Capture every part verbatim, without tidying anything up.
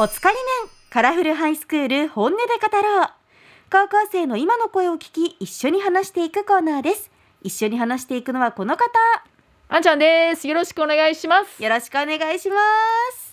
おつかり面カラフルハイスクール本音で語ろう。高校生の今の声を聞き一緒に話していくコーナーです。一緒に話していくのはこの方、 あんちゃんです。よろしくお願いします。 よろしくお願いします。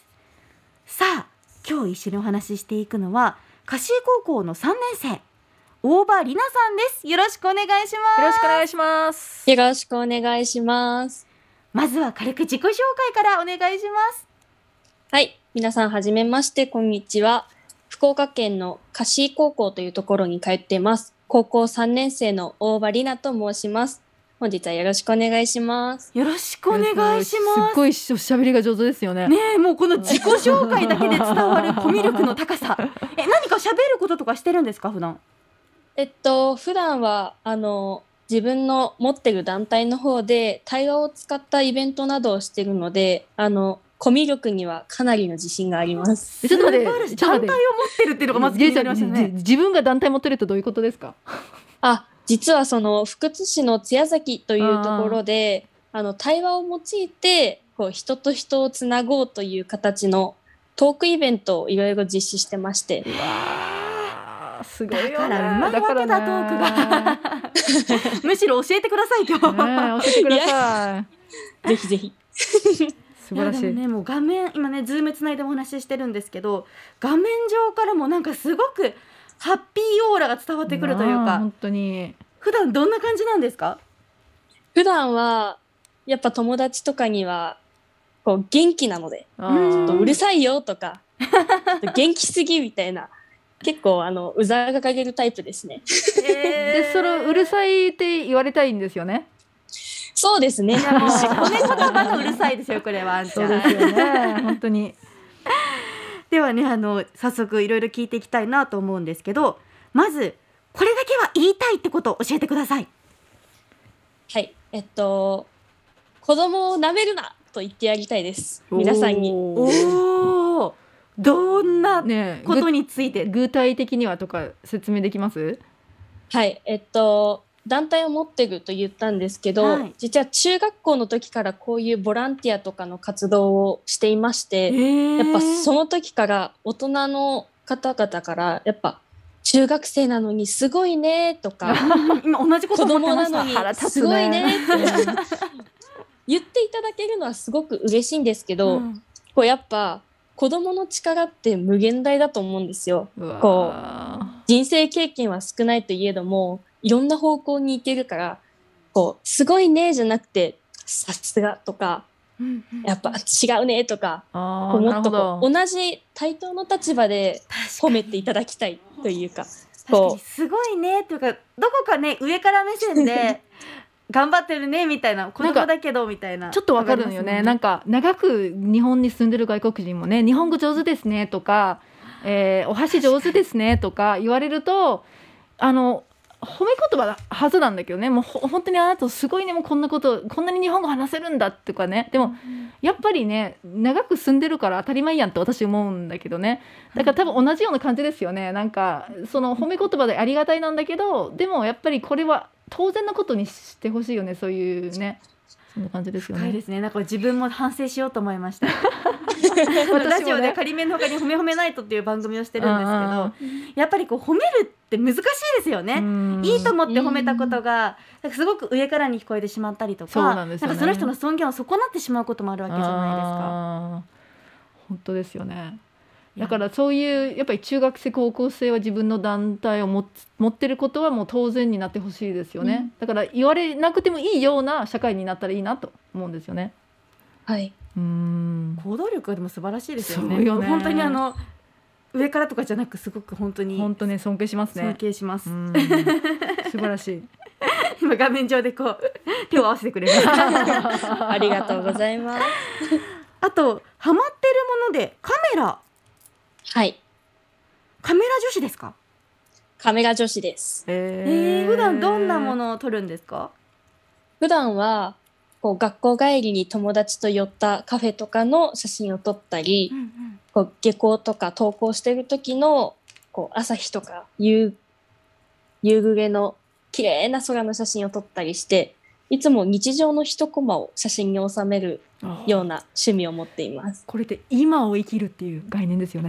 さあ、今日一緒にお話ししていくのは香椎高校のさんねん生、大場里奈さんです。よろしくお願いします。 よろしくお願いします。 よろしくお願いします。 まずは軽く自己紹介からお願いします。 はい、皆さんはじめまして、こんにちは。福岡県の香椎高校というところに通っています。高校さんねん生の大場里奈と申します。本日はよろしくお願いします。 よろしくお願いします。 すっごいおしゃべりが上手ですよね。 ねえ、もうこの自己紹介だけで伝わるコミュ力の高さ。え、何か喋ることとかしてるんですか、普段？ えっと、普段は、あの、自分の持ってる団体の方で対話を使ったイベントなどをしているので、あの、コミュ力にはかなりの自信があります。 ちょっと待って、 団体を持ってるっていうのがまず気になりましたね。 自分が団体持ってるってどういうことですか？ あ、実はその福津市の津屋崎というところで、あの対話を用いてこう人と人をつなごうという形のトークイベントをいろいろ実施してまして。 うわー、すごいよね。 だからうまいわけだ、トークが。むしろ教えてください今日。 ね、教えてください。ぜひぜひ。 素晴らしい。 いやでもね、もう画面今ねズームつないでお話ししてるんですけど、画面上からもなんかすごくハッピーオーラが伝わってくるというか、 本当に。 普段どんな感じなんですか？ 普段はやっぱ友達とかにはこう元気なので、ちょっとうるさいよとか、ちょっと元気すぎみたいな、結構あのうざがかげるタイプですね。 えー、でそれうるさいって言われたいんですよね。 そうですね。 いやもう褒め言葉がうるさいですよ、これは。あんちゃん。 そうですよね。本当に。 ではね、あの早速いろいろ聞いていきたいなと思うんですけど、まずこれだけは言いたいってことを教えてください。 はい、えっと子供を舐めるなと言ってやりたいです。皆さんに。 おお、どんなことについて、 ね、具体的にはとか説明できます？ はい、えっと団体を持ってると言ったんですけど、はい、実は中学校の時からこういうボランティアとかの活動をしていまして、やっぱその時から大人の方々からやっぱ中学生なのにすごいねとか今同じこと思ってました。 子供なのにすごいねって言っていただけるのはすごく嬉しいんですけど、うん、こうやっぱ子供の力って無限大だと思うんですよ。こう人生経験は少ないといえどもいろんな方向に行けるから、こうすごいねじゃなくてさすがとか、うんうん、やっぱ違うねとか、こうもっとこう同じ対等の立場で褒めていただきたいというか、 こうすごいねというか、どこかね上から目線で頑張ってるねみたいな、子供だけどみたいな、 ちょっとわかるのよね。なんか長く日本に住んでる外国人もね、日本語上手ですねとか、えー、お箸上手ですねとか言われると、あの褒め言葉だはずなんだけどね、もうほ本当にあなたすごいね、もうこんなことこんなに日本語話せるんだとかね。でも、うん、やっぱりね長く住んでるから当たり前やんって私思うんだけどね。だから多分同じような感じですよね。なんかその褒め言葉でありがたいなんだけど、でもやっぱりこれは当然のことにしてほしいよね。そういうね、そんな感じですよね。 深いですね。なんか自分も反省しようと思いました。ラジオで仮面の他に褒め褒めナイトっていう番組をしてるんですけど、やっぱりこう褒めるって難しいですよね。いいと思って褒めたことがなんかすごく上からに聞こえてしまったりとか、そうなんですよね、なんかその人の尊厳を損なってしまうこともあるわけじゃないですか。 本当ですよね。だからそういうやっぱり中学生高校生は自分の団体を持ってることはもう当然になってほしいですよね、うん、だから言われなくてもいいような社会になったらいいなと思うんですよね。 はい、 うーん、行動力はでも素晴らしいですよね。 そうよね、 本当にあの上からとかじゃなくすごく本当に本当に尊敬しますね。 尊敬します。 素晴らしい。 今画面上でこう手を合わせてくれるありがとうございます。 あとハマってるものでカメラ。 はい、 カメラ女子ですか？ カメラ女子です。 えー、普段どんなものを撮るんですか？ 普段はこう学校帰りに友達と寄ったカフェとかの写真を撮ったり、うんうん、こう下校とか登校してる時のこう朝日とか 夕, 夕暮れの綺麗な空の写真を撮ったりして、いつも日常の一コマを写真に収めるような趣味を持っています。 これって今を生きるっていう概念ですよね。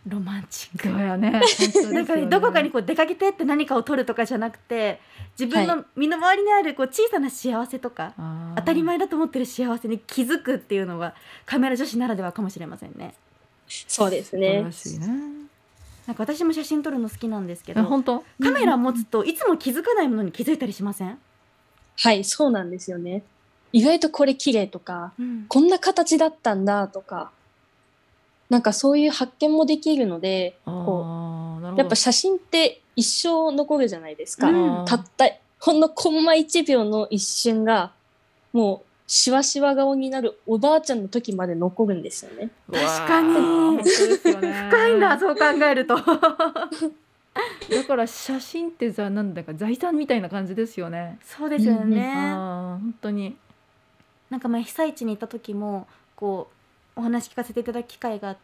ロマンチックそうやね。本当ですよね。 なんかね、どこかにこう出かけてって何かを取るとかじゃなくて、自分はの身の回りにあるこう小さな幸せとか、 あー当たり前だと思ってる幸せに気づくっていうのがカメラ女子ならではかもしれませんね。 そうです素晴ねら。しいね。 なんか私も写真撮るの好きなんですけど、 あ本当。 カメラ持つといつも気づかないものに気づいたりしません？ はい、そうなんですよね。意外とこれ綺麗とか、 うんこんな形だったんだとか、なんかそういう発見もできるので、こああ、なるほど。 うやっぱ写真って一生残るじゃないですか。 うんたったほんのコンマいちびょうの一瞬がもうしわしわ顔になるおばあちゃんの時まで残るんですよね。 うわー確かに本当ですよね。 深いんだ、そう考えるとだから写真ってさ、なんだか財産みたいな感じですよね。 そうですよね、 ああ、本当に。 なんか前被災地に行った時もこうお話聞かせていただく機会があって、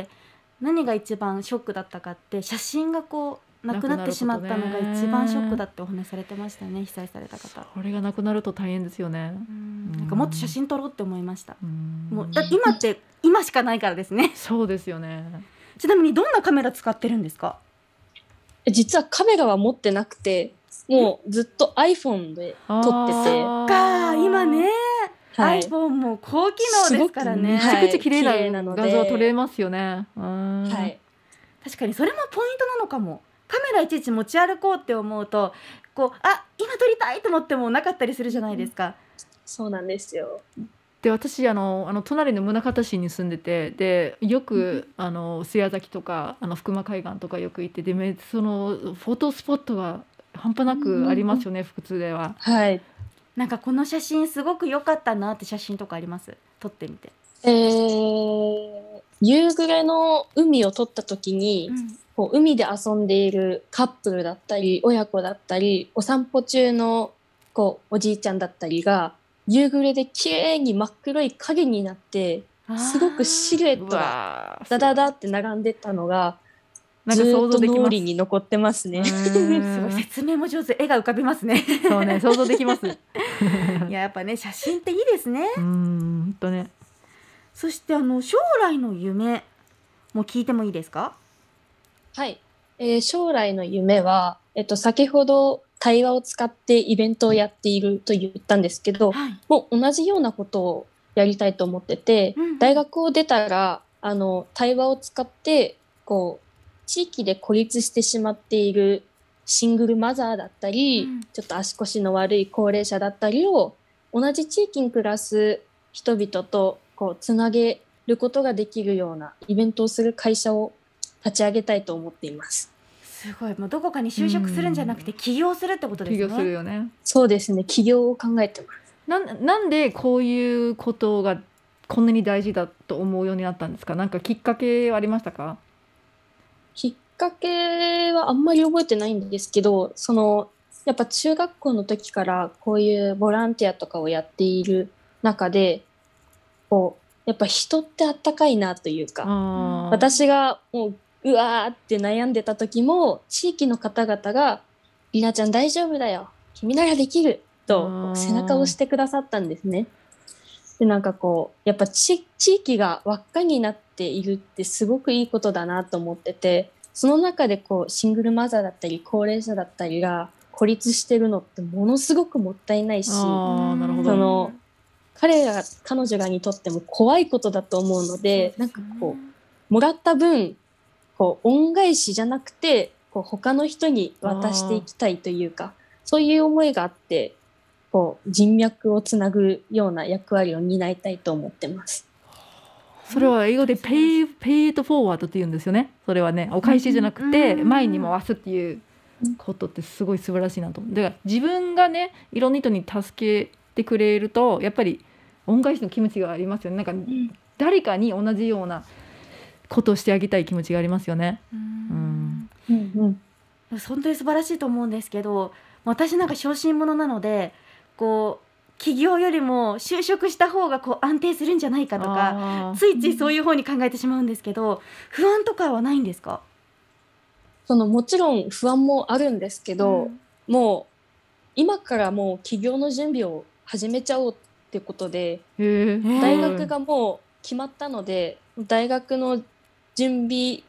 何が一番ショックだったかって写真がこうなくなってしまったのが一番ショックだってお話されてましたね、被災された方。 これがなくなると大変ですよね。 うんなんかもっと写真撮ろうって思いました。 うんもうだ今って今しかないからですね。 そうですよね。 ちなみにどんなカメラ使ってるんですか？ 実はカメラは持ってなくて、もうずっと iPhone で撮ってて、 あーか今ね、 はい、 iPhone も高機能ですからね。 すごくめちゃくちゃ綺はい綺麗麗ななので画像撮れますよね。うんはい、 確かにそれもポイントなのかも。カメラいちいち持ち歩こうって思うと、こうあ今撮りたいと思ってもなかったりするじゃないですか。 そうなんですよ。 で私あのあの隣の宗像市に住んでて、でよくあの須谷崎とかあの福間海岸とかよく行って、でめそのフォトスポットが半端なくありますよね、普通では。 はい。 なんかこの写真すごく良かったなって写真とかあります？撮ってみて。 えー、夕暮れの海を撮った時に、こう海で遊んでいるカップルだったり親子だったりお散歩中のこうおじいちゃんだったりが夕暮れで綺麗に真っ黒い影になってすごくシルエッうトがわーダダダって並んでたのがなんかずーっと想像できます。 脳裏に残ってますね。 うすーんごい説明も上手、絵が浮かびますね。 そうね、想像できます。 いややっぱね写真っていいですね。 うーん本当ね。 そしてあの将来の夢も聞いてもいいですか？ はい、えー将来の夢は、えっと、先ほど対話を使ってイベントをやっていると言ったんですけど、 はい。 もう同じようなことをやりたいと思ってて、 うん大学を出たらあの対話を使ってこう地域で孤立してしまっているシングルマザーだったり、 うんちょっと足腰の悪い高齢者だったりを同じ地域に暮らす人々とこうつなげることができるようなイベントをする会社を立ち上げたいと思っています。 すごい、もうどこかに就職するんじゃなくて起業するってことですね。 起業するよね。 そうですね、起業を考えてます。 なんなんでこういうことがこんなに大事だと思うようになったんですか？なんかきっかけはありましたか？ きっかけはあんまり覚えてないんですけど、そのやっぱ中学校の時からこういうボランティアとかをやっている中で、こうやっぱ人ってあったかいなというか、 あー私がもううわーって悩んでた時も地域の方々が「りなちゃん大丈夫だよ、君ならできる」とあーこう背中を押してくださったんですね。でなんかこうやっぱち地域が輪っかになっているってすごくいいことだなと思ってて、その中でこうシングルマザーだったり高齢者だったりが孤立してるのってものすごくもったいないし、 あーなるほど。 その彼ら彼女らにとっても怖いことだと思うので、なんかこうもらった分こう恩返しじゃなくてこう他の人に渡していきたいというか、そういう思いがあってこう人脈をつなぐような役割を担いたいと思ってます。 それは英語でペイペイトフォーワードって言うんですよね。それはね、お返しじゃなくてうん前に回すっていうことってすごい素晴らしいなと。だから自分がねいろんな人に助けてくれるとやっぱり恩返しの気持ちがありますよね。なんか誰かに同じようなことをしてあげたい気持ちがありますよね。 うんうんうん、 本当に素晴らしいと思うんですけど、私なんか小心者なのでこう起業よりも就職した方がこう安定するんじゃないかとかあーついついそういう方に考えてしまうんですけど、不安とかはないんですか？ そのもちろん不安もあるんですけど、 うんもう今からもう起業の準備を始めちゃおうってことで、 へー大学がもう決まったので大学の準備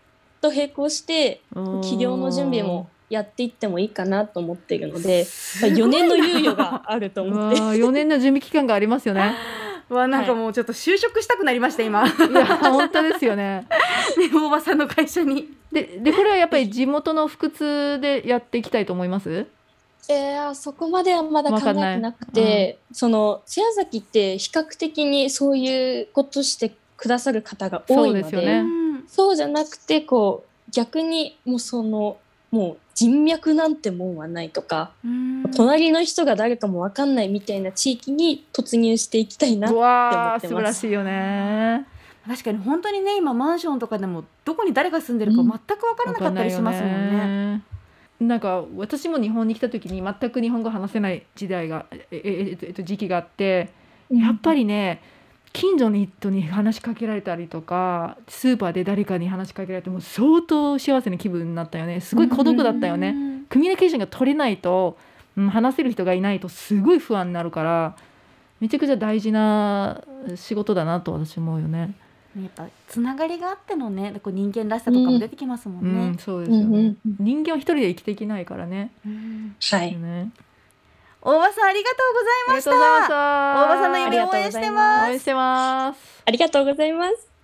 と並行して起業の準備もやっていってもいいかなと思っているので、よねんの猶予があると思ってよねんの準備期間がありますよね。 わなんかもうちょっと就職したくなりました今。いや本当ですよね。 ね大場さんの会社に。 ででこれはやっぱり地元の福津でやっていきたいと思います？ えー、そこまではまだ考えてなくて、うん、その瀬谷崎って比較的にそういうことしてくださる方が多いので、そうですよね。そうじゃなくてこう逆にもうそのもう人脈なんてもんはないとか、隣の人が誰かも分かんないみたいな地域に突入していきたいなって思ってます。 素晴らしいよね。 確かに本当にね今マンションとかでもどこに誰が住んでるか全く分からなかったりしますもんね。 うん、なんか私も日本に来た時に全く日本語話せない時代がえええっと時期があって、やっぱりね近所の人に話しかけられたりとかスーパーで誰かに話しかけられても相当幸せな気分になったよね。すごい孤独だったよね。コミュニケーションが取れないと、うん、話せる人がいないとすごい不安になるからめちゃくちゃ大事な仕事だなと私思うよね。 やっぱつながりがあってのねこう人間らしさとかも出てきますもんね。 うんうん、そうですよね、うんうん、人間は一人で生きていけないからね、 うん、はい、 ね、大場さんありがとうございました。大場さんの夢を応援してます。 応援してます。 ありがとうございます。